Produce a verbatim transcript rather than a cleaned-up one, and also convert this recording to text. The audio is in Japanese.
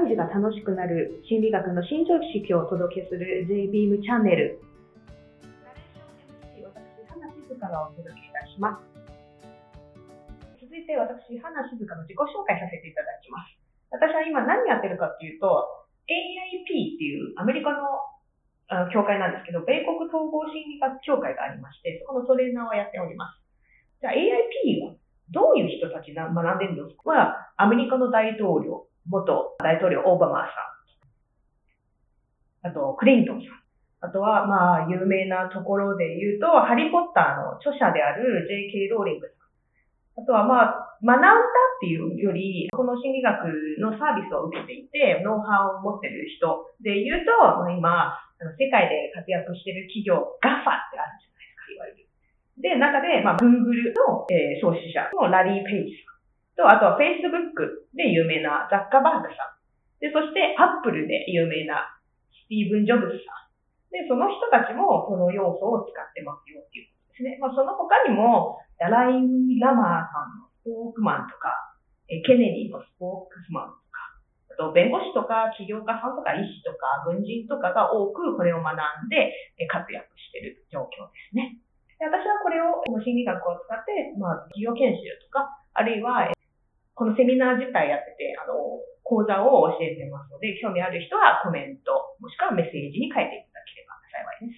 毎日が楽しくなる心理学の新常識をお届けする ジェイビーエム チャンネル。私、花静香がお届けいたします。続いて私、花静香の自己紹介させていただきます。私は今何やってるかっていうと、エーアイピー っていうアメリカの協会なんですけど、米国統合心理学協会がありまして、そこのトレーナーをやっております。じゃあ エーアイピー はどういう人たちが学んでるのかは、アメリカの大統領、元大統領オバマさん、あとクリントンさん、あとはまあ有名なところで言うと、ハリーポッターの著者である ジェイケー ローリングさん、あとはまあ学んだっていうより、この心理学のサービスを受けていて、ノウハウを持ってる人で言うと、今、世界で活躍している企業、ガファ ってあるじゃないですか、いわゆる。で、中で、まあ、Google の、えー、創始者のラリー・ペイジさんと、あとは Facebook で有名なザッカーバーグさん。で、そして Apple で有名なスティーブン・ジョブズさん。で、その人たちもその要素を使ってますよっていうことですね。まあ、その他にも、ダライ・ラマーさんのスポークマンとか、ケネディのスポークスマンとか、あと弁護士とか起業家さんとか医師とか軍人とかが多くこれを学んで活躍している状況ですね。で、私はこれを心理学を使って、まあ、企業研修とか、あるいはこのセミナー自体やってて、あの、講座を教えてますので、興味ある人はコメント、もしくはメッセージに書いていただければ幸いです。